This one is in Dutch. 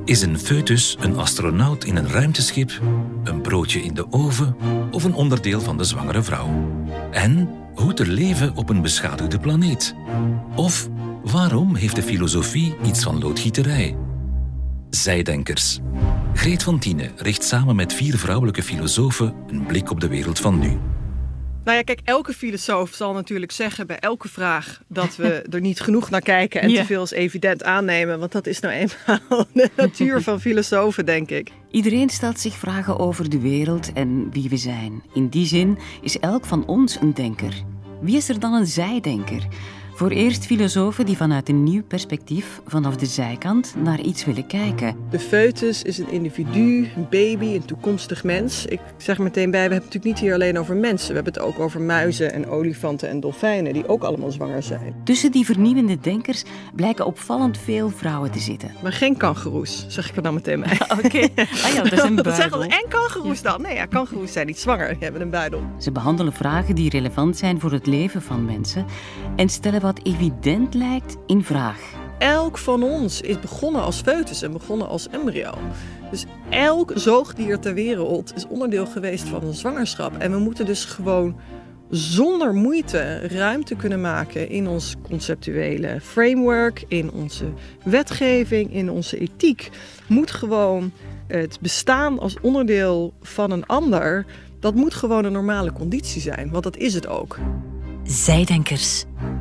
Is een foetus een astronaut in een ruimteschip, een broodje in de oven of een onderdeel van de zwangere vrouw? En hoedt er leven op een beschadigde planeet? Of waarom heeft de filosofie iets van loodgieterij? Zijdenkers. Greet van Tiene richt samen met 4 vrouwelijke filosofen een blik op de wereld van nu. Nou ja, kijk, elke filosoof zal natuurlijk zeggen bij elke vraag dat we er niet genoeg naar kijken en te veel als evident aannemen. Want dat is nou eenmaal de natuur van filosofen, denk ik. Iedereen stelt zich vragen over de wereld en wie we zijn. In die zin is elk van ons een denker. Wie is er dan een zijdenker? Voor eerst filosofen die vanuit een nieuw perspectief, vanaf de zijkant, naar iets willen kijken. De foetus is een individu, een baby, een toekomstig mens. Ik zeg meteen bij, we hebben het natuurlijk niet hier alleen over mensen. We hebben het ook over muizen en olifanten en dolfijnen, die ook allemaal zwanger zijn. Tussen die vernieuwende denkers blijken opvallend veel vrouwen te zitten. Maar geen kangoeroes, zeg ik er dan meteen bij. Oké. Ah ja, dat is een buidel. Zeggen we, en kangoeroes dan? Nee, ja, kangoeroes zijn niet zwanger, die hebben een buidel. Ze behandelen vragen die relevant zijn voor het leven van mensen en stellen wat evident lijkt in vraag. Elk van ons is begonnen als foetus en begonnen als embryo. Dus elk zoogdier ter wereld is onderdeel geweest van een zwangerschap. En we moeten dus gewoon zonder moeite ruimte kunnen maken in ons conceptuele framework, in onze wetgeving, in onze ethiek. Moet gewoon het bestaan als onderdeel van een ander, dat moet gewoon een normale conditie zijn, want dat is het ook. Zijdenkers.